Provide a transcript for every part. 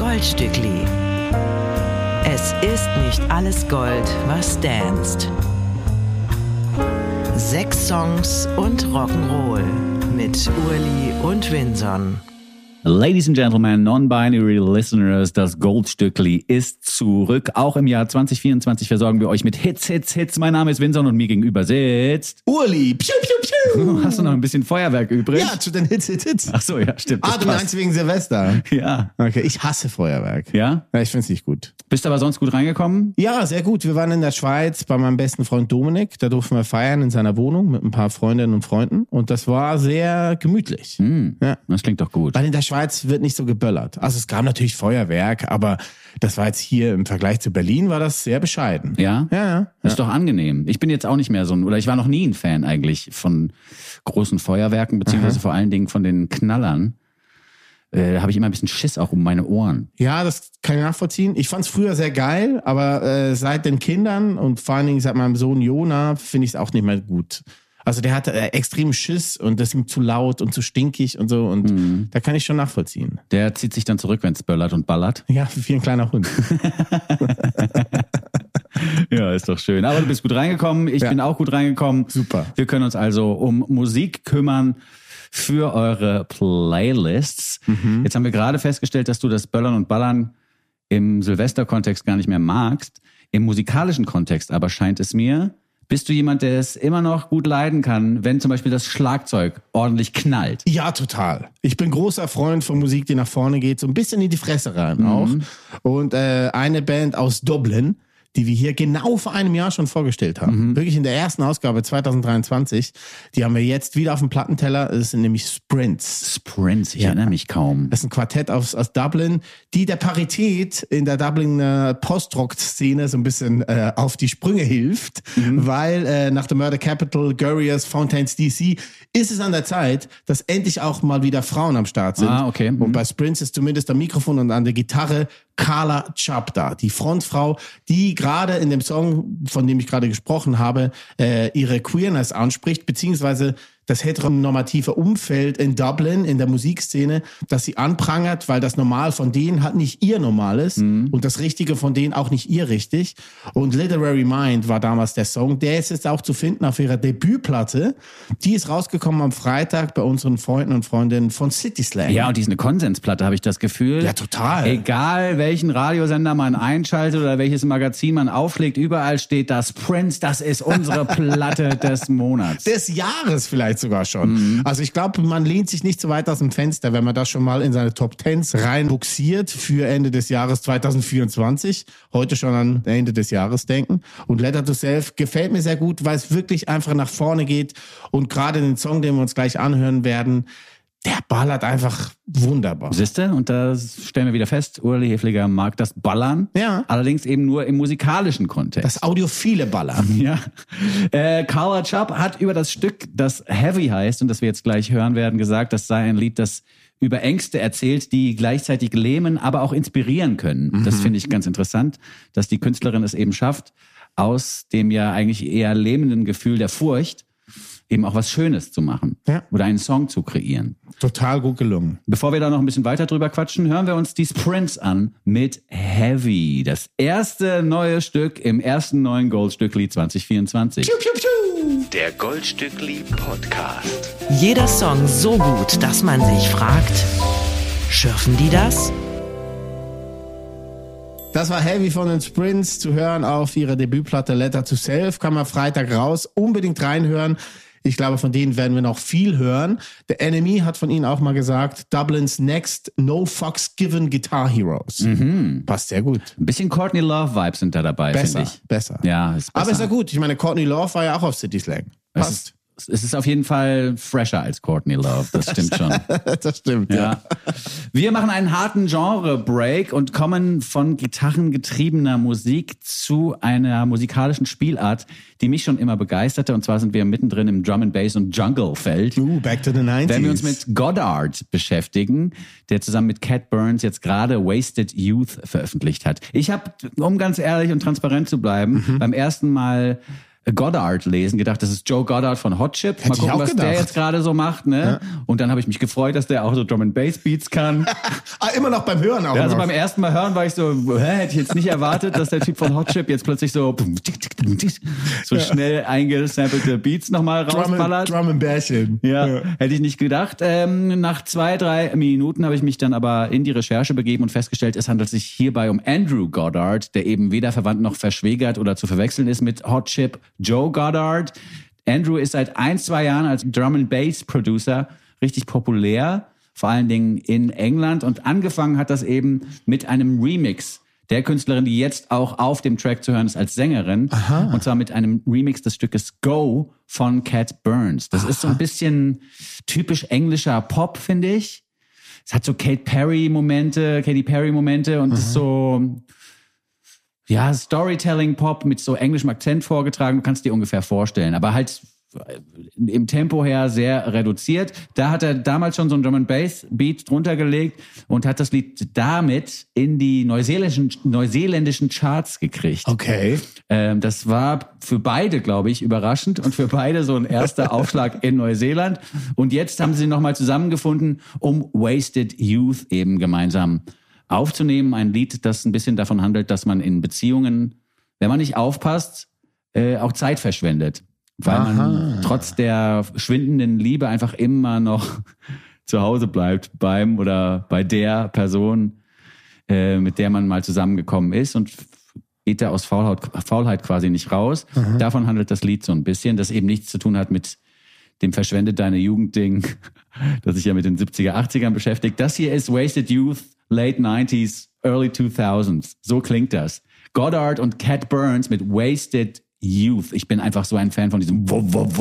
Goldstückli. Es ist nicht alles Gold, was danst. 6 Songs und Rock'n'Roll mit Urli und Vinson. Ladies and Gentlemen, Non-Binary Listeners, das Goldstückli ist zurück. Auch im Jahr 2024 versorgen wir euch mit Hits. Mein Name ist Vinson und mir gegenüber sitzt Urli. Piu, piu, piu. Hast du noch ein bisschen Feuerwerk übrig? Ja, zu den Hits. Ach so, ja, stimmt. Du meinst wegen Silvester? Ja. Okay, ich hasse Feuerwerk. Ja? Ja, ich find's nicht gut. Bist aber sonst gut reingekommen? Ja, sehr gut. Wir waren in der Schweiz bei meinem besten Freund Dominik. Da durften wir feiern in seiner Wohnung mit ein paar Freundinnen und Freunden. Und das war sehr gemütlich. Ja. Das klingt doch gut. Weil in der Schweiz wird nicht so geböllert. Also es gab natürlich Feuerwerk, aber das war jetzt hier im Vergleich zu Berlin war das sehr bescheiden. Ja? Ja. Das ist doch angenehm. Ich bin jetzt auch nicht mehr ich war noch nie ein Fan eigentlich von großen Feuerwerken, beziehungsweise vor allen Dingen von den Knallern. Da habe ich immer ein bisschen Schiss auch um meine Ohren. Ja, das kann ich nachvollziehen. Ich fand's früher sehr geil, aber seit den Kindern und vor allen Dingen seit meinem Sohn Jona finde ich es auch nicht mehr gut. Also der hatte extrem Schiss und das ist ihm zu laut und zu stinkig und so und da kann ich schon nachvollziehen. Der zieht sich dann zurück, wenn es böllert und ballert. Ja, wie ein kleiner Hund. Ja, ist doch schön. Aber du bist gut reingekommen, ich bin auch gut reingekommen. Super. Wir können uns also um Musik kümmern für eure Playlists. Jetzt haben wir gerade festgestellt, dass du das Böllern und Ballern im Silvester-Kontext gar nicht mehr magst. Im musikalischen Kontext aber scheint es mir, bist du jemand, der es immer noch gut leiden kann, wenn zum Beispiel das Schlagzeug ordentlich knallt? Ja, total. Ich bin großer Freund von Musik, die nach vorne geht, so ein bisschen in die Fresse rein auch. Und eine Band aus Dublin, die wir hier genau vor einem Jahr schon vorgestellt haben. Wirklich in der ersten Ausgabe 2023. Die haben wir jetzt wieder auf dem Plattenteller. Das sind nämlich Sprints. Ich erinnere mich kaum. Das ist ein Quartett aus Dublin, die der Parität in der Dubliner Post-Rock-Szene so ein bisschen auf die Sprünge hilft. Weil nach The Murder Capital, Gurriers, Fountains DC ist es an der Zeit, dass endlich auch mal wieder Frauen am Start sind. Okay. Und bei Sprints ist zumindest am Mikrofon und an der Gitarre Carla Chapda, die Frontfrau, die gerade in dem Song, von dem ich gerade gesprochen habe, ihre Queerness anspricht, beziehungsweise das heteronormative Umfeld in Dublin, in der Musikszene, das sie anprangert, weil das Normal von denen halt nicht ihr Normal ist und das Richtige von denen auch nicht ihr richtig. Und Literary Mind war damals der Song. Der ist jetzt auch zu finden auf ihrer Debütplatte. Die ist rausgekommen am Freitag bei unseren Freunden und Freundinnen von City Slang. Ja, und die ist eine Konsensplatte, habe ich das Gefühl. Ja, total. Egal, welchen Radiosender man einschaltet oder welches Magazin man aufschlägt, überall steht das Prince, das ist unsere Platte des Monats. Des Jahres vielleicht sogar schon. Also ich glaube, man lehnt sich nicht so weit aus dem Fenster, wenn man das schon mal in seine Top 10s reinbuxiert für Ende des Jahres 2024. Heute schon an Ende des Jahres denken. Und Letter to Self gefällt mir sehr gut, weil es wirklich einfach nach vorne geht. Und gerade den Song, den wir uns gleich anhören werden, der ballert einfach wunderbar. Siehste? Und da stellen wir wieder fest, Urli Hefliger mag das Ballern. Ja. Allerdings eben nur im musikalischen Kontext. Das audiophile Ballern. Ja. Carla Chubb hat über das Stück, das Heavy heißt und das wir jetzt gleich hören werden, gesagt, das sei ein Lied, das über Ängste erzählt, die gleichzeitig lähmen, aber auch inspirieren können. Das finde ich ganz interessant, dass die Künstlerin es eben schafft, aus dem ja eigentlich eher lähmenden Gefühl der Furcht eben auch was Schönes zu machen oder einen Song zu kreieren. Total gut gelungen. Bevor wir da noch ein bisschen weiter drüber quatschen, hören wir uns die Sprints an mit Heavy. Das erste neue Stück im ersten neuen Goldstückli 2024. Piu, piu, piu. Der Goldstückli Podcast. Jeder Song so gut, dass man sich fragt, schürfen die das? Das war Heavy von den Sprints, zu hören auf ihrer Debütplatte Letter to Self. Kam am Freitag raus. Unbedingt reinhören. Ich glaube, von denen werden wir noch viel hören. The Enemy hat von ihnen auch mal gesagt, Dublin's Next No Fucks Given Guitar Heroes. Passt sehr gut. Ein bisschen Courtney Love Vibes sind da dabei, finde ich. Besser. Ja, ist besser. Aber ist ja gut. Ich meine, Courtney Love war ja auch auf City Slang. Passt. Es ist auf jeden Fall fresher als Courtney Love, das stimmt schon. Das stimmt, ja. Wir machen einen harten Genre-Break und kommen von gitarrengetriebener Musik zu einer musikalischen Spielart, die mich schon immer begeisterte. Und zwar sind wir mittendrin im Drum and Bass und Jungle-Feld. Back to the 90s. Wenn wir uns mit Goddard beschäftigen, der zusammen mit Cat Burns jetzt gerade Wasted Youth veröffentlicht hat. Ich habe, um ganz ehrlich und transparent zu bleiben, beim ersten Mal Goddard lesen, gedacht, das ist Joe Goddard von Hot Chip. Mal gucken, was der jetzt gerade so macht, ne? Ja. Und dann habe ich mich gefreut, dass der auch so Drum and Bass Beats kann. Immer noch beim Hören auch. Ja, also beim ersten Mal hören war ich so, hätte ich jetzt nicht erwartet, dass der Typ von Hot Chip jetzt plötzlich so schnell eingesampelte Beats nochmal rausballert. Drum and Bärchen. Ja, hätte ich nicht gedacht. Nach 2-3 Minuten habe ich mich dann aber in die Recherche begeben und festgestellt, es handelt sich hierbei um Andrew Goddard, der eben weder verwandt noch verschwägert oder zu verwechseln ist mit Hot Chip Joe Goddard. Andrew ist seit 1-2 Jahren als Drum and Bass Producer richtig populär, vor allen Dingen in England, und angefangen hat das eben mit einem Remix der Künstlerin, die jetzt auch auf dem Track zu hören ist als Sängerin. Aha. Und zwar mit einem Remix des Stückes Go von Cat Burns. Das ist so ein bisschen typisch englischer Pop, finde ich. Es hat so Katy Perry-Momente und ist so, ja, Storytelling-Pop mit so englischem Akzent vorgetragen. Du kannst dir ungefähr vorstellen. Aber halt im Tempo her sehr reduziert. Da hat er damals schon so einen Drum and Bass Beat drunter gelegt und hat das Lied damit in die neuseeländischen Charts gekriegt. Okay. Das war für beide, glaube ich, überraschend und für beide so ein erster Aufschlag in Neuseeland. Und jetzt haben sie nochmal zusammengefunden, um Wasted Youth eben gemeinsam aufzunehmen. Ein Lied, das ein bisschen davon handelt, dass man in Beziehungen, wenn man nicht aufpasst, auch Zeit verschwendet. Weil man trotz der schwindenden Liebe einfach immer noch zu Hause bleibt beim oder bei der Person, mit der man mal zusammengekommen ist, und geht da aus Faulheit quasi nicht raus. Aha. Davon handelt das Lied so ein bisschen, das eben nichts zu tun hat mit dem Verschwendet deine Jugend-Ding, das sich ja mit den 70er, 80ern beschäftigt. Das hier ist Wasted Youth, Late 90s, Early 2000s. So klingt das. Goddard und Cat Burns mit Wasted Youth. Ich bin einfach so ein Fan von diesem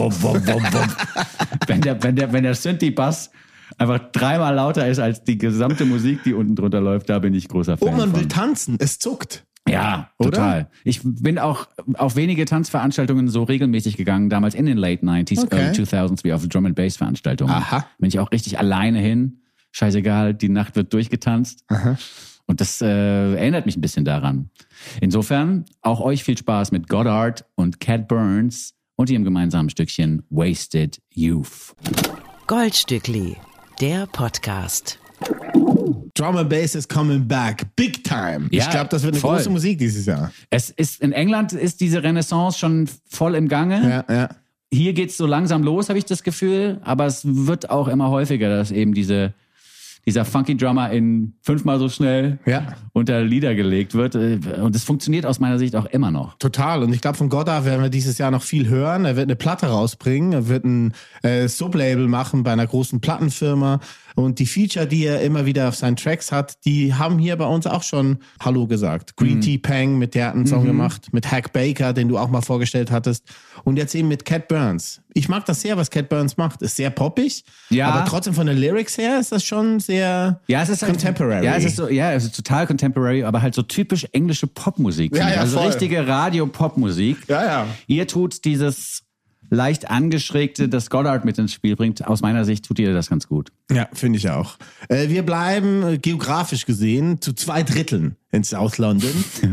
wenn der Synthie-Bass einfach 3-mal lauter ist als die gesamte Musik, die unten drunter läuft, da bin ich großer Fan. Und man will tanzen, es zuckt. Ja, total. Oder? Ich bin auch auf wenige Tanzveranstaltungen so regelmäßig gegangen, damals in den Late 90s, Early 2000s, wie auf Drum and Bass Veranstaltungen. Aha. Bin ich auch richtig alleine hin. Scheißegal, die Nacht wird durchgetanzt. Aha. Und das erinnert mich ein bisschen daran. Insofern auch euch viel Spaß mit Goddard und Cat Burns und ihrem gemeinsamen Stückchen Wasted Youth. Goldstückli, der Podcast. Drum and Bass is coming back, big time. Ja, ich glaube, das wird eine große Musik dieses Jahr. Es ist in England ist diese Renaissance schon voll im Gange. Ja. Hier geht's so langsam los, habe ich das Gefühl. Aber es wird auch immer häufiger, dass eben dieser Funky Drummer in 5-mal so schnell unter Lieder gelegt wird. Und es funktioniert aus meiner Sicht auch immer noch. Total. Und ich glaube, von Goddard werden wir dieses Jahr noch viel hören. Er wird eine Platte rausbringen. Er wird ein Sublabel machen bei einer großen Plattenfirma. Und die Feature, die er immer wieder auf seinen Tracks hat, die haben hier bei uns auch schon Hallo gesagt. Green Tea Pang, mit der hat einen Song gemacht. Mit Hack Baker, den du auch mal vorgestellt hattest. Und jetzt eben mit Cat Burns. Ich mag das sehr, was Cat Burns macht. Ist sehr poppig. Ja. Aber trotzdem von den Lyrics her ist das schon sehr contemporary. Ja, es ist total contemporary, aber halt so typisch englische Popmusik. Ja, also voll. Richtige Radio-Popmusik. Ja. Ihr tut dieses leicht angeschrägte, das Goddard mit ins Spiel bringt. Aus meiner Sicht tut ihr das ganz gut. Ja, finde ich auch. Wir bleiben geografisch gesehen zu 2/3 in South London.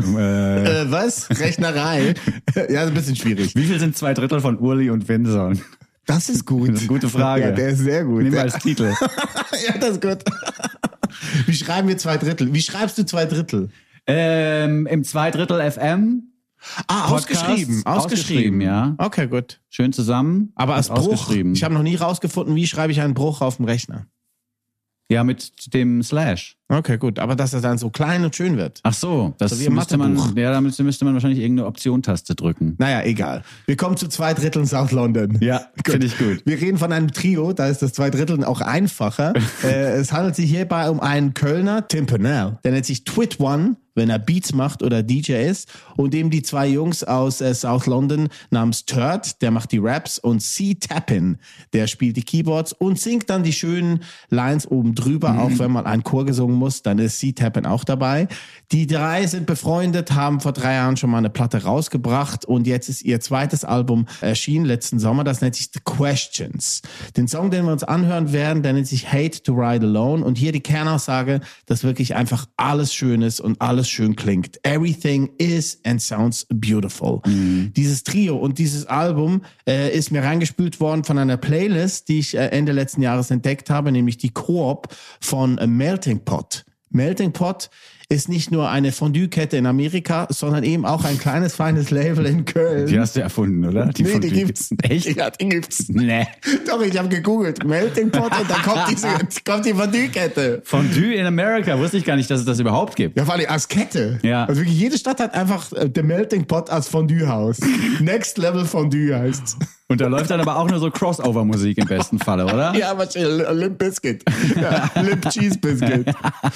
Was? Rechnerei? Ja, ein bisschen schwierig. Wie viel sind 2/3 von Urli und Windsor? Das ist gut. Das ist eine gute Frage. Ja, der ist sehr gut. Nehmen wir als Titel. Ja, das ist gut. Wie schreiben wir 2/3? Wie schreibst du 2/3? Im 2/3 FM. Ausgeschrieben, ja. Okay, gut. Schön zusammen. Aber als Bruch. Ich habe noch nie rausgefunden, wie schreibe ich einen Bruch auf dem Rechner. Ja, mit dem Slash. Okay, gut. Aber dass er dann so klein und schön wird. Ach so, das so müsste man wahrscheinlich irgendeine Option-Taste drücken. Naja, egal. Wir kommen zu 2/3 South London. Ja, finde ich gut. Wir reden von einem Trio, da ist das 2/3 auch einfacher. Es handelt sich hierbei um einen Kölner, Tim Purnell. Der nennt sich Twit One, wenn er Beats macht oder DJ ist. Und eben die 2 Jungs aus South London namens Turd, der macht die Raps, und C. Tappin, der spielt die Keyboards und singt dann die schönen Lines oben drüber. Auch wenn man einen Chor gesungen muss, dann ist C. Tappin auch dabei. Die 3 sind befreundet, haben vor 3 Jahren schon mal eine Platte rausgebracht und jetzt ist ihr zweites Album erschienen, letzten Sommer. Das nennt sich The Questions. Den Song, den wir uns anhören werden, der nennt sich Hate to Ride Alone. Und hier die Kernaussage, dass wirklich einfach alles schön ist und alles alles schön klingt. Everything is and sounds beautiful. Dieses Trio und dieses Album ist mir reingespült worden von einer Playlist, die ich Ende letzten Jahres entdeckt habe, nämlich die Coop von Melting Pot. Melting Pot ist nicht nur eine Fondue-Kette in Amerika, sondern eben auch ein kleines, feines Label in Köln. Die hast du erfunden, oder? Die gibt's. Echt? Ja, die gibt's. Nee. Doch, ich habe gegoogelt. Melting Pot und dann kommt die Fondue-Kette. Fondue in America. Wusste ich gar nicht, dass es das überhaupt gibt. Ja, vor allem als Kette. Ja. Also wirklich jede Stadt hat einfach The Melting Pot als Fondue-Haus. Next Level Fondue heißt's. Und da läuft dann aber auch nur so Crossover-Musik im besten Falle, oder? Ja, wahrscheinlich Limp Bizkit. Ja, Limp Cheese Biscuit.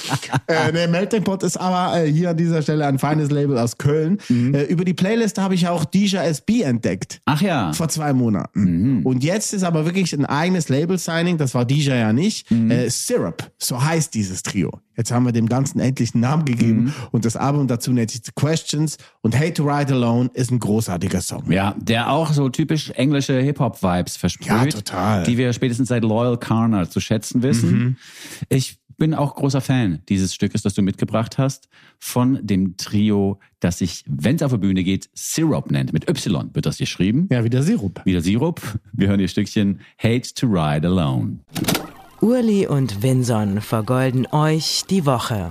Der Melting Pot ist aber hier an dieser Stelle ein feines Label aus Köln. Über die Playlist habe ich auch Deja SB entdeckt. Ach ja. Vor 2 Monaten. Und jetzt ist aber wirklich ein eigenes Label-Signing, das war Deja ja nicht. Syrup, so heißt dieses Trio. Jetzt haben wir dem Ganzen endlich einen Namen gegeben und das Album dazu nennt sich The Questions und Hate to Ride Alone ist ein großartiger Song. Ja, der auch so typisch englische Hip-Hop-Vibes versprüht. Ja, total. Die wir spätestens seit Loyal Carner zu schätzen wissen. Ich bin auch großer Fan dieses Stückes, das du mitgebracht hast, von dem Trio, das sich, wenn es auf der Bühne geht, Syrup nennt. Mit Y wird das geschrieben. Ja, wieder Sirup. Wieder Sirup. Wir hören ihr Stückchen Hate to Ride Alone. Urli und Vinson vergolden euch die Woche.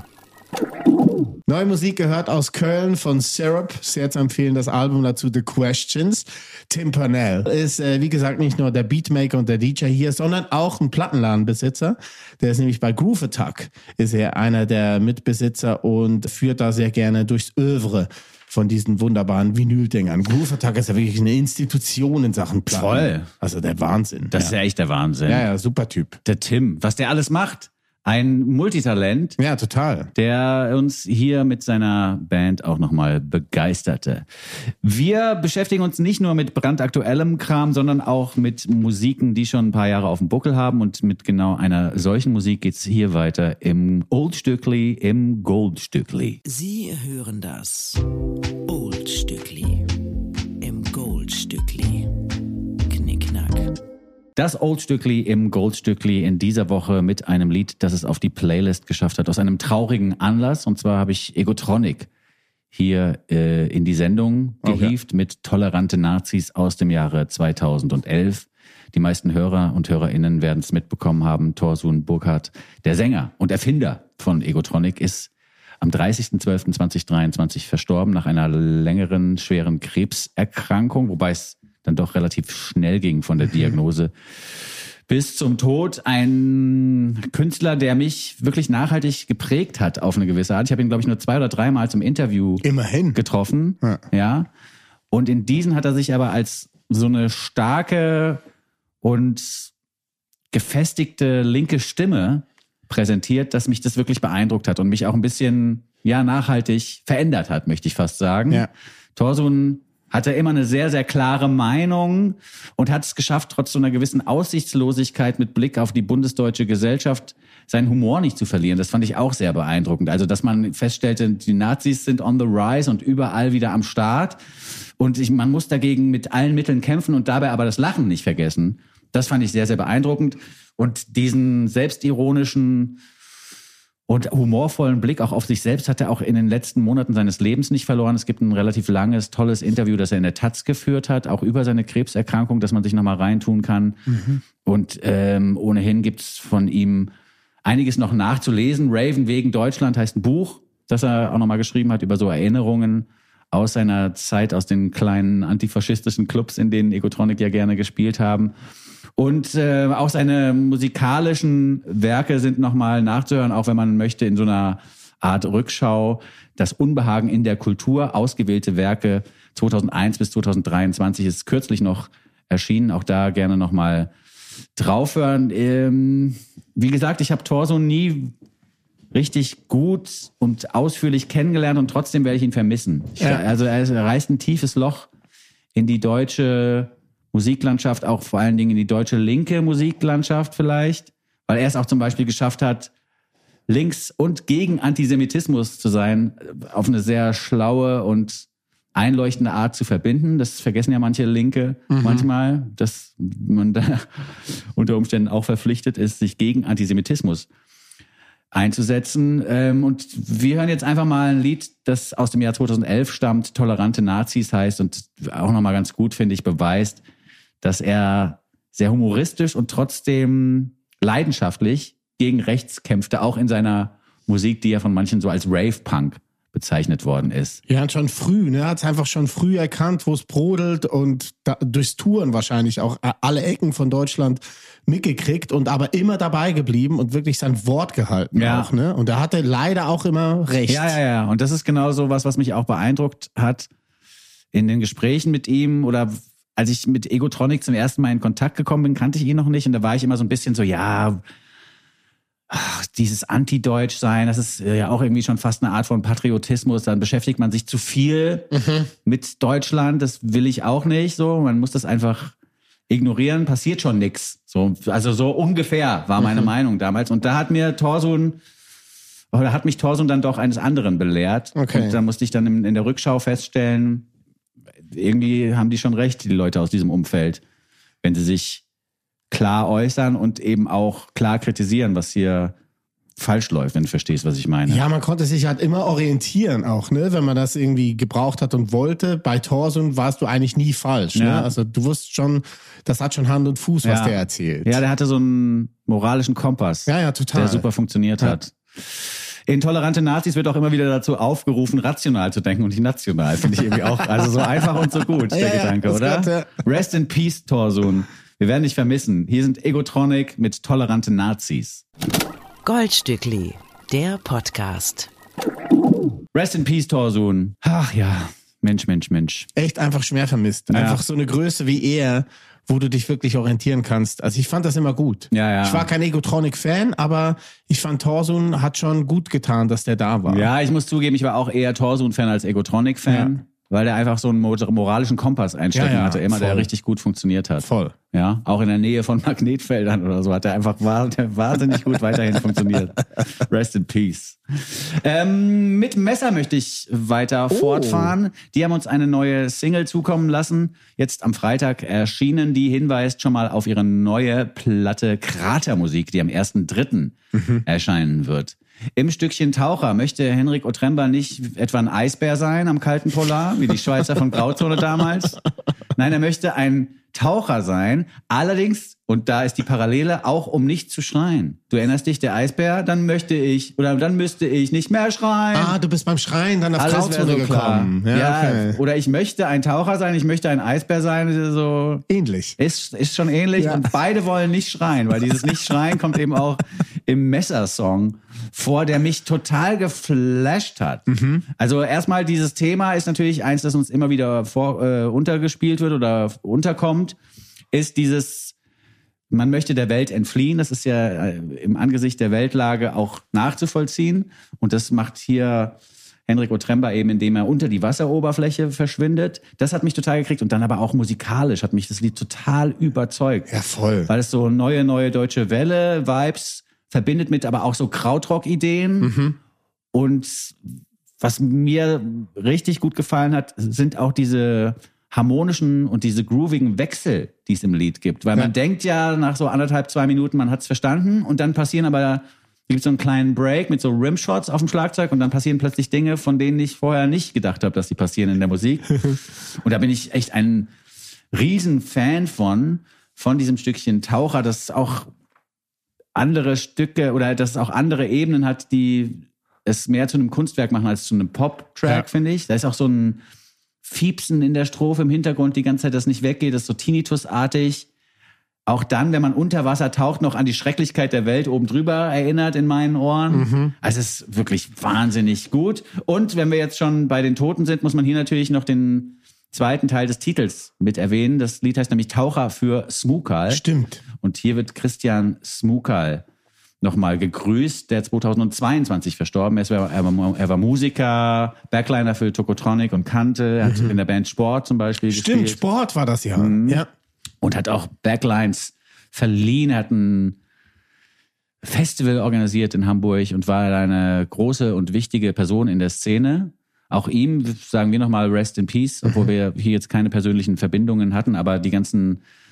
Neue Musik gehört aus Köln von Syrup. Sehr zu empfehlen, das Album dazu The Questions. Tim Purnell ist, wie gesagt, nicht nur der Beatmaker und der DJ hier, sondern auch ein Plattenladenbesitzer. Der ist nämlich bei Groove Attack, ist er einer der Mitbesitzer und führt da sehr gerne durchs Övre von diesen wunderbaren Vinyl-Dingern. Groove Attack ist ja wirklich eine Institution in Sachen Platten. Toll. Also der Wahnsinn. Das ist ja echt der Wahnsinn. Ja, super Typ. Der Tim, was der alles macht. Ein Multitalent. Ja, total. Der uns hier mit seiner Band auch nochmal begeisterte. Wir beschäftigen uns nicht nur mit brandaktuellem Kram, sondern auch mit Musiken, die schon ein paar Jahre auf dem Buckel haben. Und mit genau einer solchen Musik geht's hier weiter im Oldstückli, im Goldstückli. Sie hören das Oldstückli im Goldstückli. Knickknack. Das Oldstückli im Goldstückli in dieser Woche mit einem Lied, das es auf die Playlist geschafft hat, aus einem traurigen Anlass. Und zwar habe ich Egotronic hier in die Sendung gehievt mit Tolerante Nazis aus dem Jahre 2011. Die meisten Hörer und HörerInnen werden es mitbekommen haben. Torsun Burkhardt, der Sänger und Erfinder von Egotronic, ist am 30.12.2023 verstorben nach einer längeren, schweren Krebserkrankung, wobei es dann doch relativ schnell ging von der Diagnose bis zum Tod. Ein Künstler, der mich wirklich nachhaltig geprägt hat auf eine gewisse Art. Ich habe ihn, glaube ich, nur 2 oder 3 Mal zum Interview Immerhin getroffen. Ja. Und in diesen hat er sich aber als so eine starke und gefestigte linke Stimme präsentiert, dass mich das wirklich beeindruckt hat und mich auch ein bisschen, ja, nachhaltig verändert hat, möchte ich fast sagen. Ja. Torsun hatte immer eine sehr, sehr klare Meinung und hat es geschafft, trotz so einer gewissen Aussichtslosigkeit mit Blick auf die bundesdeutsche Gesellschaft seinen Humor nicht zu verlieren. Das fand ich auch sehr beeindruckend. Also, dass man feststellte, die Nazis sind on the rise und überall wieder am Start. Und man muss dagegen mit allen Mitteln kämpfen und dabei aber das Lachen nicht vergessen. Das fand ich sehr, sehr beeindruckend. Und diesen selbstironischen und humorvollen Blick auch auf sich selbst hat er auch in den letzten Monaten seines Lebens nicht verloren. Es gibt ein relativ langes, tolles Interview, das er in der Taz geführt hat, auch über seine Krebserkrankung, dass man sich nochmal reintun kann. Und ohnehin gibt's von ihm einiges noch nachzulesen. Raven wegen Deutschland heißt ein Buch, das er auch nochmal geschrieben hat über so Erinnerungen aus seiner Zeit, aus den kleinen antifaschistischen Clubs, in denen Egotronic ja gerne gespielt haben. Und auch seine musikalischen Werke sind nochmal nachzuhören, auch wenn man möchte, in so einer Art Rückschau. Das Unbehagen in der Kultur, ausgewählte Werke 2001 bis 2023 ist kürzlich noch erschienen. Auch da gerne nochmal draufhören. Wie gesagt, ich habe Torsun nie richtig gut und ausführlich kennengelernt und trotzdem werde ich ihn vermissen. Also er reißt ein tiefes Loch in die deutsche Musiklandschaft, auch vor allen Dingen in die deutsche linke Musiklandschaft vielleicht, weil er es auch zum Beispiel geschafft hat, links und gegen Antisemitismus zu sein, auf eine sehr schlaue und einleuchtende Art zu verbinden. Das vergessen ja manche Linke manchmal, dass man da unter Umständen auch verpflichtet ist, sich gegen Antisemitismus einzusetzen. Und wir hören jetzt einfach mal ein Lied, das aus dem Jahr 2011 stammt, Tolerante Nazis heißt und auch nochmal ganz gut, finde ich, beweist, dass er sehr humoristisch und trotzdem leidenschaftlich gegen rechts kämpfte, auch in seiner Musik, die ja von manchen so als Rave-Punk bezeichnet worden ist. Ja, und schon früh, ne? Er hat es einfach schon früh erkannt, wo es brodelt und durchs Touren wahrscheinlich auch alle Ecken von Deutschland mitgekriegt und aber immer dabei geblieben und wirklich sein Wort gehalten auch, ne? Und er hatte leider auch immer recht. Ja. Und das ist genau so was mich auch beeindruckt hat in den Gesprächen mit ihm oder als ich mit Egotronic zum ersten Mal in Kontakt gekommen bin, kannte ich ihn noch nicht und da war ich immer so ein bisschen so, dieses Anti-Deutsch-Sein, das ist ja auch irgendwie schon fast eine Art von Patriotismus. Dann beschäftigt man sich zu viel mit Deutschland. Das will ich auch nicht. So, man muss das einfach ignorieren. Passiert schon nix. So, also so ungefähr war meine Meinung damals. Und da hat mich Thorsun dann doch eines anderen belehrt. Okay. Und da musste ich dann in der Rückschau feststellen, irgendwie haben die schon recht, die Leute aus diesem Umfeld, wenn sie sich klar äußern und eben auch klar kritisieren, was hier falsch läuft, wenn du verstehst, was ich meine. Ja, man konnte sich halt immer orientieren auch, ne, wenn man das irgendwie gebraucht hat und wollte. Bei Thorsun warst du eigentlich nie falsch, ne? Also du wusstest schon, das hat schon Hand und Fuß, was der erzählt. Ja, der hatte so einen moralischen Kompass, ja, total, der super funktioniert hat. In Tolerante Nazis wird auch immer wieder dazu aufgerufen, rational zu denken und nicht national, finde ich irgendwie auch. Also so einfach und so gut, der Gedanke, oder? Gott, Rest in Peace, Thorsun. Wir werden dich vermissen. Hier sind Egotronic mit Tolerante Nazis. Goldstückli, der Podcast. Rest in Peace, Thorsun. Ach ja, Mensch. Echt einfach schwer vermisst. Einfach so eine Größe wie er, wo du dich wirklich orientieren kannst. Also ich fand das immer gut. Ja. Ich war kein Egotronic-Fan, aber ich fand Thorsun hat schon gut getan, dass der da war. Ja, ich muss zugeben, ich war auch eher Thorsun-Fan als Egotronic-Fan. Ja. Weil der einfach so einen moralischen Kompass einstecken hatte, immer, der richtig gut funktioniert hat. Voll. Ja, auch in der Nähe von Magnetfeldern oder so hat er einfach wahnsinnig gut weiterhin funktioniert. Rest in Peace. Mit Messer möchte ich weiter fortfahren. Die haben uns eine neue Single zukommen lassen. Jetzt am Freitag erschienen. Die hinweist schon mal auf ihre neue Platte Kratermusik, die am 1.3. erscheinen wird. Im Stückchen Taucher möchte Henrik Otremba nicht etwa ein Eisbär sein am kalten Polar, wie die Schweizer von Grauzone damals. Nein, er möchte ein Taucher sein, allerdings, und da ist die Parallele, auch um nicht zu schreien. Du erinnerst dich, der Eisbär, dann müsste ich nicht mehr schreien. Ah, du bist beim Schreien dann auf Grauzone so gekommen. Ja, okay. Oder ich möchte ein Taucher sein, ich möchte ein Eisbär sein. So ähnlich. Ist schon ähnlich und beide wollen nicht schreien, weil dieses Nicht-Schreien kommt eben auch im Messer-Song vor, der mich total geflasht hat. Also erstmal dieses Thema ist natürlich eins, das uns immer wieder untergespielt wird oder unterkommt, ist dieses, man möchte der Welt entfliehen. Das ist ja im Angesicht der Weltlage auch nachzuvollziehen. Und das macht hier Henrik Otremba eben, indem er unter die Wasseroberfläche verschwindet. Das hat mich total gekriegt. Und dann aber auch musikalisch hat mich das Lied total überzeugt. Ja, voll. Weil es so neue deutsche Welle-Vibes verbindet mit aber auch so Krautrock-Ideen. Und was mir richtig gut gefallen hat, sind auch diese harmonischen und diese groovigen Wechsel, die es im Lied gibt. Weil man denkt ja nach so 1,5-2 Minuten, man hat es verstanden und dann gibt es so einen kleinen Break mit so Rimshots auf dem Schlagzeug und dann passieren plötzlich Dinge, von denen ich vorher nicht gedacht habe, dass sie passieren in der Musik. Und da bin ich echt ein Riesenfan von diesem Stückchen Taucher, das auch andere Stücke oder das auch andere Ebenen hat, die es mehr zu einem Kunstwerk machen als zu einem Pop-Track, finde ich. Da ist auch so ein Fiepsen in der Strophe im Hintergrund die ganze Zeit, das nicht weggeht, das ist so Tinnitus-artig. Auch dann, wenn man unter Wasser taucht, noch an die Schrecklichkeit der Welt oben drüber erinnert in meinen Ohren. Also es ist wirklich wahnsinnig gut. Und wenn wir jetzt schon bei den Toten sind, muss man hier natürlich noch den zweiten Teil des Titels mit erwähnen. Das Lied heißt nämlich Taucher für Smukal. Stimmt. Und hier wird Christian Smukal nochmal gegrüßt, der 2022 verstorben ist. Er war Musiker, Backliner für Tokotronic und Kante. Er hat in der Band Sport zum Beispiel gespielt. Stimmt, Sport war das ja. Ja. Und hat auch Backlines verliehen. Er hat ein Festival organisiert in Hamburg und war eine große und wichtige Person in der Szene. Auch ihm sagen wir nochmal Rest in Peace, obwohl wir hier jetzt keine persönlichen Verbindungen hatten, aber die ganzen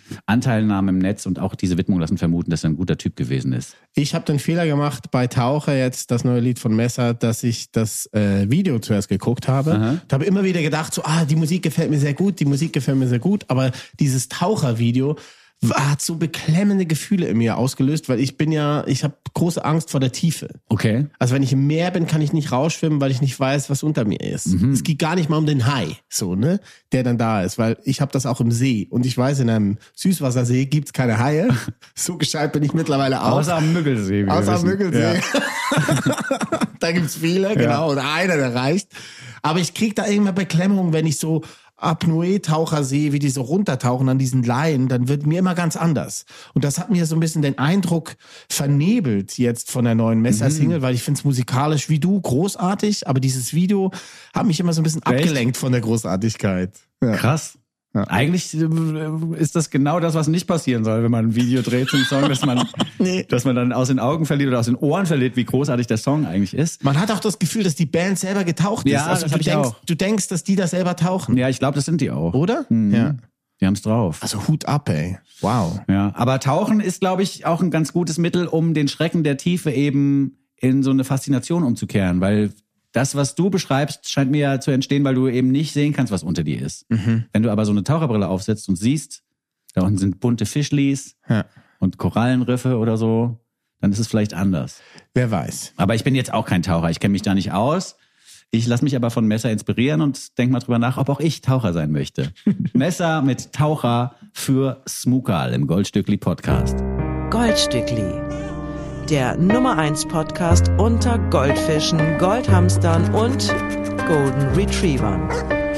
Anteilnahme im Netz und auch diese Widmung lassen vermuten, dass er ein guter Typ gewesen ist. Ich habe den Fehler gemacht bei Taucher jetzt, das neue Lied von Messer, dass ich das Video zuerst geguckt habe. Aha. Ich habe immer wieder gedacht, so, die Musik gefällt mir sehr gut, aber dieses Tauchervideo hat so beklemmende Gefühle in mir ausgelöst, weil ich habe große Angst vor der Tiefe. Okay. Also wenn ich im Meer bin, kann ich nicht rausschwimmen, weil ich nicht weiß, was unter mir ist. Es geht gar nicht mal um den Hai, so, ne, der dann da ist, weil ich habe das auch im See und ich weiß, in einem Süßwassersee gibt's keine Haie. So gescheit bin ich mittlerweile auch. Außer am Müggelsee. Außer am Müggelsee. Ja. Da gibt's viele, genau, und einer, der reicht. Aber ich krieg da immer Beklemmung, wenn ich so Apnoe-Taucher sehe, wie die so runtertauchen an diesen Leinen, dann wird mir immer ganz anders. Und das hat mir so ein bisschen den Eindruck vernebelt jetzt von der neuen Messer-Single, weil ich finde es musikalisch wie du großartig, aber dieses Video hat mich immer so ein bisschen abgelenkt von der Großartigkeit. Ja. Krass. Ja. Eigentlich ist das genau das, was nicht passieren soll, wenn man ein Video dreht zum Song, dass man dann aus den Augen verliert oder aus den Ohren verliert, wie großartig der Song eigentlich ist. Man hat auch das Gefühl, dass die Band selber getaucht ist. Ja, also du denkst, dass die da selber tauchen. Ja, ich glaube, das sind die auch. Oder? Mhm. Ja. Die haben's drauf. Also Hut ab, ey. Wow. Ja, aber Tauchen ist, glaube ich, auch ein ganz gutes Mittel, um den Schrecken der Tiefe eben in so eine Faszination umzukehren, weil das, was du beschreibst, scheint mir ja zu entstehen, weil du eben nicht sehen kannst, was unter dir ist. Wenn du aber so eine Taucherbrille aufsetzt und siehst, da unten sind bunte Fischlis und Korallenriffe oder so, dann ist es vielleicht anders. Wer weiß. Aber ich bin jetzt auch kein Taucher, ich kenne mich da nicht aus. Ich lasse mich aber von Messer inspirieren und denke mal drüber nach, ob auch ich Taucher sein möchte. Messer mit Taucher für Smukal im Goldstückli Podcast. Goldstückli, der Nummer 1 Podcast unter Goldfischen, Goldhamstern und Golden Retrievern.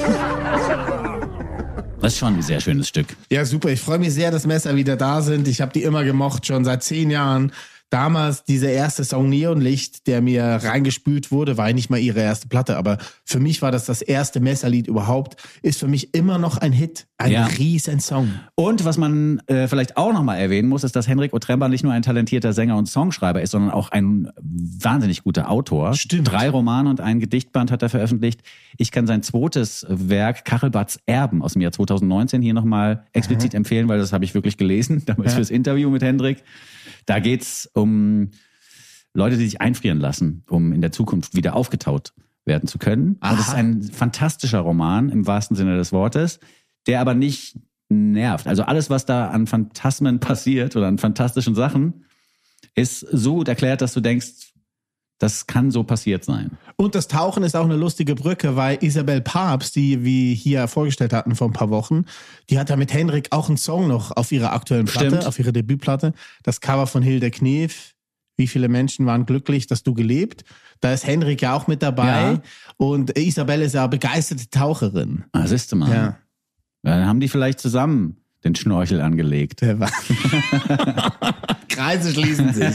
Das ist schon ein sehr schönes Stück. Ja, super. Ich freue mich sehr, dass Messer wieder da sind. Ich habe die immer gemocht, schon seit 10 Jahren. Damals dieser erste Song Neonlicht, der mir reingespült wurde, war nicht mal ihre erste Platte, aber für mich war das erste Messerlied überhaupt, ist für mich immer noch ein Hit, ein riesen Song. Und was man vielleicht auch nochmal erwähnen muss, ist, dass Henrik Otremba nicht nur ein talentierter Sänger und Songschreiber ist, sondern auch ein wahnsinnig guter Autor. Stimmt. 3 Romane und ein Gedichtband hat er veröffentlicht. Ich kann sein zweites Werk, Kachelbarts Erben aus dem Jahr 2019, hier nochmal explizit empfehlen, weil das habe ich wirklich gelesen, damals fürs Interview mit Hendrik. Da geht's um Leute, die sich einfrieren lassen, um in der Zukunft wieder aufgetaut werden zu können. Aha. Und das ist ein fantastischer Roman im wahrsten Sinne des Wortes, der aber nicht nervt. Also alles, was da an Phantasmen passiert oder an fantastischen Sachen, ist so gut erklärt, dass du denkst, das kann so passiert sein. Und das Tauchen ist auch eine lustige Brücke, weil Isabel Papst, die wir hier vorgestellt hatten vor ein paar Wochen, die hat ja mit Henrik auch einen Song noch auf ihrer aktuellen Platte, Stimmt. auf ihrer Debütplatte. Das Cover von Hilde Knef. Wie viele Menschen waren glücklich, dass du gelebt? Da ist Henrik ja auch mit dabei. Ja. Und Isabel ist ja begeisterte Taucherin. Ah, siehst du mal. Ja. Dann haben die vielleicht zusammen den Schnorchel angelegt. Kreise schließen sich.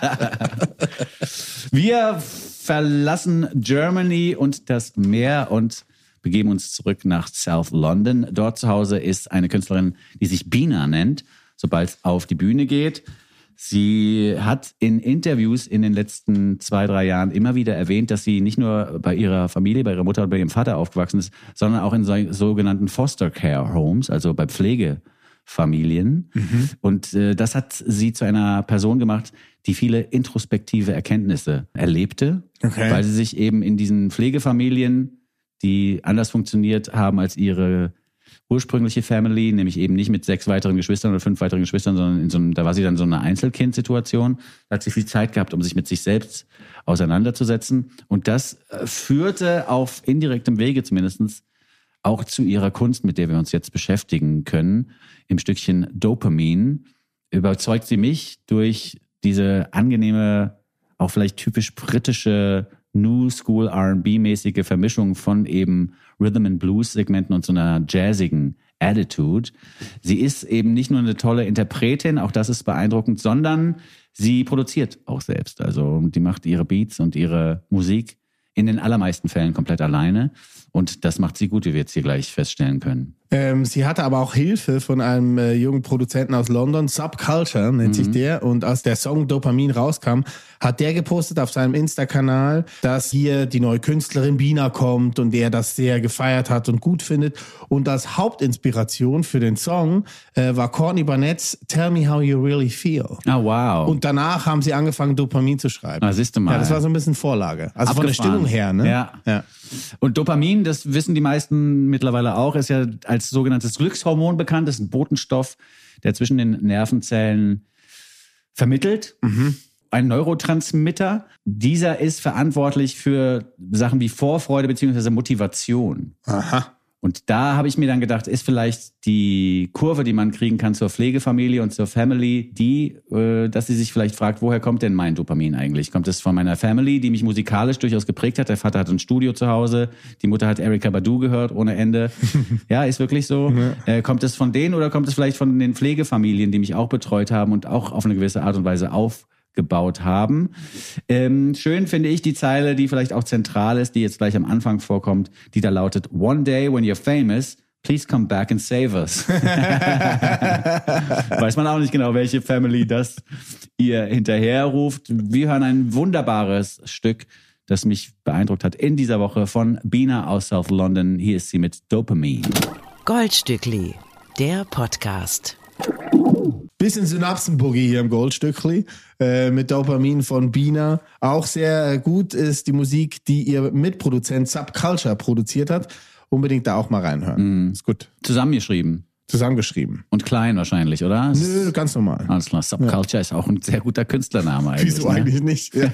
Wir verlassen Germany und das Meer und begeben uns zurück nach South London. Dort zu Hause ist eine Künstlerin, die sich Bina nennt, sobald es auf die Bühne geht. Sie hat in Interviews in den letzten 2-3 Jahren immer wieder erwähnt, dass sie nicht nur bei ihrer Familie, bei ihrer Mutter und bei ihrem Vater aufgewachsen ist, sondern auch in sogenannten Foster Care Homes, also bei Pflegefamilien. Und das hat sie zu einer Person gemacht, die viele introspektive Erkenntnisse erlebte, weil sie sich eben in diesen Pflegefamilien, die anders funktioniert haben als ihre ursprüngliche Family, nämlich eben nicht mit 6 weiteren Geschwistern oder 5 weiteren Geschwistern, sondern da war sie dann so eine Einzelkindsituation. Da hat sie viel Zeit gehabt, um sich mit sich selbst auseinanderzusetzen. Und das führte auf indirektem Wege zumindest auch zu ihrer Kunst, mit der wir uns jetzt beschäftigen können. Im Stückchen Dopamine überzeugt sie mich durch diese angenehme, auch vielleicht typisch britische New School R&B-mäßige Vermischung von eben Rhythm and Blues Segmenten und so einer jazzigen Attitude. Sie ist eben nicht nur eine tolle Interpretin, auch das ist beeindruckend, sondern sie produziert auch selbst. Also die macht ihre Beats und ihre Musik in den allermeisten Fällen komplett alleine und das macht sie gut, wie wir jetzt hier gleich feststellen können. Sie hatte aber auch Hilfe von einem jungen Produzenten aus London, Subculture nennt sich der. Und als der Song Dopamin rauskam, hat der gepostet auf seinem Insta-Kanal, dass hier die neue Künstlerin Bina kommt und er das sehr gefeiert hat und gut findet. Und als Hauptinspiration für den Song war Courtney Barnett's Tell Me How You Really Feel. Ah, wow. Und danach haben sie angefangen, Dopamin zu schreiben. Ah, siehst du mal. Ja, das war so ein bisschen Vorlage. Also von der Stimmung her, ne? Ja. Und Dopamin, das wissen die meisten mittlerweile auch, ist ja als sogenanntes Glückshormon bekannt. Das ist ein Botenstoff, der zwischen den Nervenzellen vermittelt. Ein Neurotransmitter. Dieser ist verantwortlich für Sachen wie Vorfreude bzw. Motivation. Aha. Und da habe ich mir dann gedacht, ist vielleicht die Kurve, die man kriegen kann zur Pflegefamilie und zur Family, die, dass sie sich vielleicht fragt, woher kommt denn mein Dopamin eigentlich? Kommt es von meiner Family, die mich musikalisch durchaus geprägt hat? Der Vater hat ein Studio zu Hause, die Mutter hat Erykah Badu gehört ohne Ende. Ja, ist wirklich so. Kommt es von denen oder kommt es vielleicht von den Pflegefamilien, die mich auch betreut haben und auch auf eine gewisse Art und Weise aufgebaut haben? Schön finde ich die Zeile, die vielleicht auch zentral ist, die jetzt gleich am Anfang vorkommt, die da lautet: One day when you're famous, please come back and save us. Weiß man auch nicht genau, welche Family das ihr hinterherruft. Wir hören ein wunderbares Stück, das mich beeindruckt hat in dieser Woche von Bina aus South London. Hier ist sie mit Dopamin. Goldstückli, der Podcast. Bisschen Synapsenboogie hier im Goldstückli mit Dopamin von Bina. Auch sehr gut ist die Musik, die ihr Mitproduzent Subculture produziert hat. Unbedingt da auch mal reinhören. Ist gut. Zusammengeschrieben. Zusammengeschrieben. Und klein wahrscheinlich, oder? Nö, ganz normal. Alles klar. Subculture ist auch ein sehr guter Künstlername eigentlich. Wieso eigentlich nicht? Ja.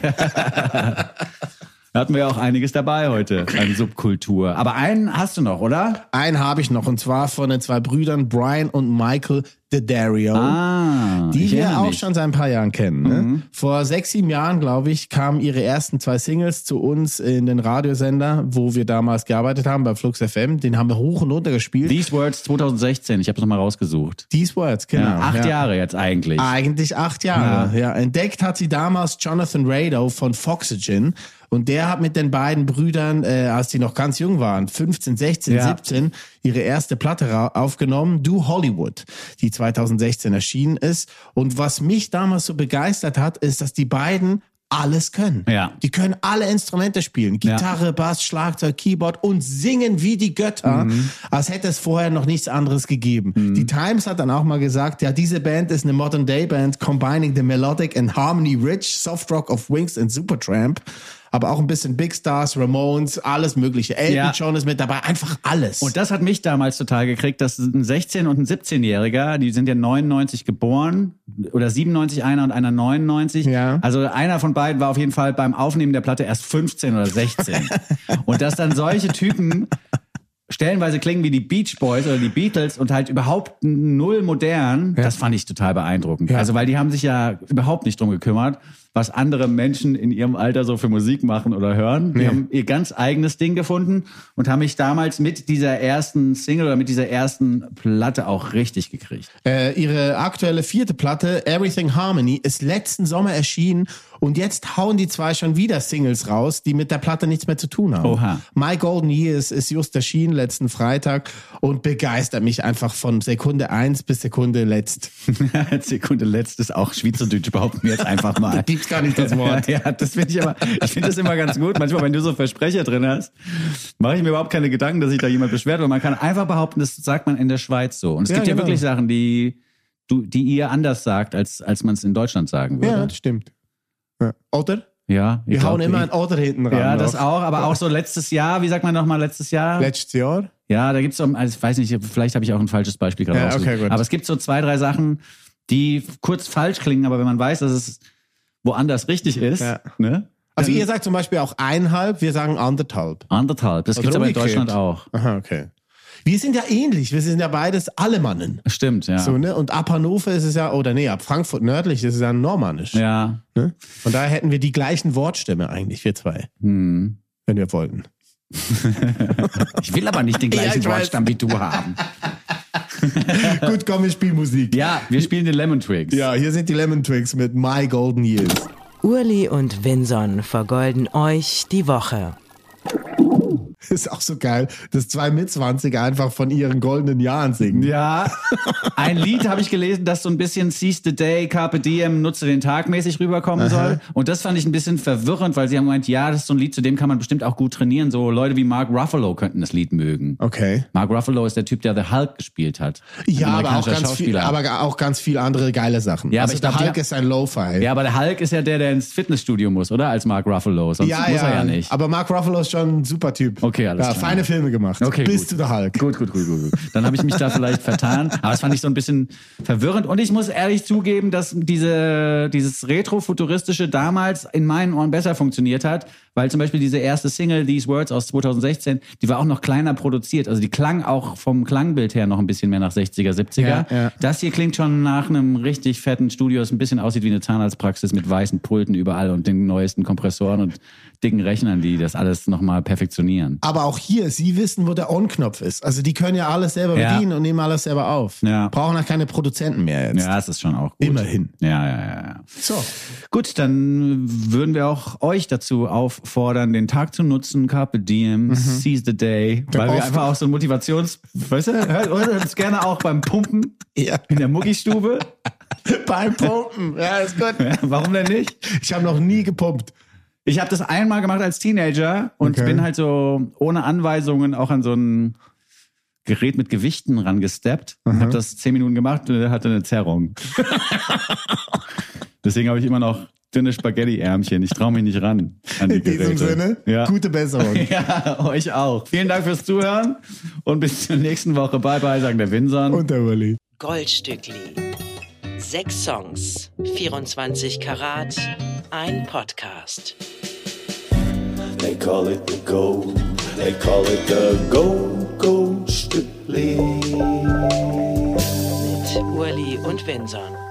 Da hatten wir ja auch einiges dabei heute an Subkultur. Aber einen hast du noch, oder? Einen habe ich noch, und zwar von den zwei Brüdern Brian und Michael D'Addario, die wir auch schon seit ein paar Jahren kennen. Ne? Vor 6-7 Jahren, glaube ich, kamen ihre ersten 2 Singles zu uns in den Radiosender, wo wir damals gearbeitet haben, bei Flux FM. Den haben wir hoch und runter gespielt. These Words 2016, ich habe es nochmal rausgesucht. These Words, genau. Ja, 8 Jahre jetzt eigentlich. Eigentlich 8 Jahre, ja. Entdeckt hat sie damals Jonathan Rado von Foxygen. Und der hat mit den beiden Brüdern, als die noch ganz jung waren, 15, 16, 17, ihre erste Platte aufgenommen, Do Hollywood, die 2016 erschienen ist. Und was mich damals so begeistert hat, ist, dass die beiden alles können. Ja. Die können alle Instrumente spielen. Gitarre, Bass, Schlagzeug, Keyboard und singen wie die Götter, als hätte es vorher noch nichts anderes gegeben. Die Times hat dann auch mal gesagt, ja, diese Band ist eine Modern-Day-Band combining the melodic and harmony-rich soft rock of Wings and Supertramp. Aber auch ein bisschen Big Stars, Ramones, alles mögliche. Elton John ist mit dabei, einfach alles. Und das hat mich damals total gekriegt, dass ein 16- und ein 17-Jähriger, die sind ja 99 geboren, oder 97 einer und einer 99. Ja. Also einer von beiden war auf jeden Fall beim Aufnehmen der Platte erst 15 oder 16. Und dass dann solche Typen stellenweise klingen wie die Beach Boys oder die Beatles und halt überhaupt null modern, das fand ich total beeindruckend. Ja. Also weil die haben sich ja überhaupt nicht drum gekümmert, was andere Menschen in ihrem Alter so für Musik machen oder hören. Die haben ihr ganz eigenes Ding gefunden und haben mich damals mit dieser ersten Single oder mit dieser ersten Platte auch richtig gekriegt. Ihre aktuelle 4. Platte, Everything Harmony, ist letzten Sommer erschienen und jetzt hauen die zwei schon wieder Singles raus, die mit der Platte nichts mehr zu tun haben. Oha. My Golden Years ist just erschienen letzten Freitag und begeistert mich einfach von Sekunde 1 bis Sekunde letzt. Sekunde letzt ist auch Schweizerdeutsch, behaupten wir jetzt einfach mal. Gibt's gar nicht das Wort. Ja, das finde ich aber, ich finde das immer ganz gut. Manchmal, wenn du so Versprecher drin hast, mache ich mir überhaupt keine Gedanken, dass sich da jemand beschwert, weil man kann einfach behaupten, das sagt man in der Schweiz so. Und es gibt ja wirklich Sachen, die ihr anders sagt, als man es in Deutschland sagen würde. Ja, das stimmt. Ja. Oder? Ja. Wir hauen immer ein Oder hinten ran. Ja, das auch, aber auch so letztes Jahr, wie sagt man nochmal letztes Jahr? Letztes Jahr? Ja, da gibt's so, also ich weiß nicht, vielleicht habe ich auch ein falsches Beispiel gerade rausgesucht. Okay, gut. Aber es gibt so 2, 3 Sachen, die kurz falsch klingen, aber wenn man weiß, dass es woanders richtig ist, ne? Also ihr sagt zum Beispiel auch 1,5, wir sagen 1,5. 1,5, das gibt's aber in Deutschland auch. Aha, okay. Wir sind ja ähnlich, wir sind ja beides Allemannen. Stimmt, ja. So, ne? Und ab Hannover ist es ja, oder nee, ab Frankfurt nördlich ist es ja normannisch. Ja. Ne? Von daher hätten wir die gleichen Wortstämme eigentlich, wir zwei. Wenn wir wollten. Ich will aber nicht den gleichen Wortstamm wie du haben. Gut, komm, wir spielen Musik. Ja, wir spielen den Lemon Twigs. Ja, hier sind die Lemon Twigs mit My Golden Years. Urli und Vinson vergolden euch die Woche. Ist auch so geil, dass 2 Mitzwanziger einfach von ihren goldenen Jahren singen. Ja, ein Lied habe ich gelesen, das so ein bisschen Seize the Day, Carpe Diem, nutze den Tag mäßig rüberkommen soll. Und das fand ich ein bisschen verwirrend, weil sie haben gemeint, ja, das ist so ein Lied, zu dem kann man bestimmt auch gut trainieren. So Leute wie Mark Ruffalo könnten das Lied mögen. Okay. Mark Ruffalo ist der Typ, der The Hulk gespielt hat. Ja, aber auch ganz viel andere geile Sachen. Ja, aber also ich glaub, der Hulk ist ein Lo-Fi. Ja, aber der Hulk ist ja der ins Fitnessstudio muss, oder? Als Mark Ruffalo. Sonst muss er ja nicht. Aber Mark Ruffalo ist schon ein super Typ. Okay, alles klar. Feine Filme gemacht. Okay, bis gut. zu der Hulk. Gut. Dann habe ich mich da vielleicht vertan. Aber das fand ich so ein bisschen verwirrend. Und ich muss ehrlich zugeben, dass dieses Retro-Futuristische damals in meinen Ohren besser funktioniert hat. Weil zum Beispiel diese erste Single, These Words aus 2016, die war auch noch kleiner produziert. Also die klang auch vom Klangbild her noch ein bisschen mehr nach 60er, 70er. Ja. Das hier klingt schon nach einem richtig fetten Studio, das ein bisschen aussieht wie eine Zahnarztpraxis mit weißen Pulten überall und den neuesten Kompressoren und dicken Rechnern, die das alles nochmal perfektionieren. Aber auch hier, sie wissen, wo der On-Knopf ist. Also die können ja alles selber bedienen und nehmen alles selber auf. Ja. Brauchen auch keine Produzenten mehr jetzt. Ja, das ist schon auch gut. Immerhin. Ja. So. Gut, dann würden wir auch euch dazu auffordern, den Tag zu nutzen, Carpe Diem, Seize the Day, weil wir einfach auch so ein weißt du, hört uns gerne auch beim Pumpen in der Muckistube. Beim Pumpen, ja, ist gut. Ja, warum denn nicht? Ich habe noch nie gepumpt. Ich habe das einmal gemacht als Teenager und bin halt so ohne Anweisungen auch an so ein Gerät mit Gewichten rangesteppt und habe das 10 Minuten gemacht und hatte eine Zerrung. Deswegen habe ich immer noch dünne Spaghetti-Ärmchen. Ich traue mich nicht ran an die Geräte. In diesem Sinne, gute Besserung. Ja, euch auch. Vielen Dank fürs Zuhören und bis zur nächsten Woche. Bye, bye, sagen der Winson. Und der Uli. Goldstückli. 6 Songs, 24 Karat, ein Podcast. They call it the gold, they call it the Goldstückli. Mit Uli und Winson.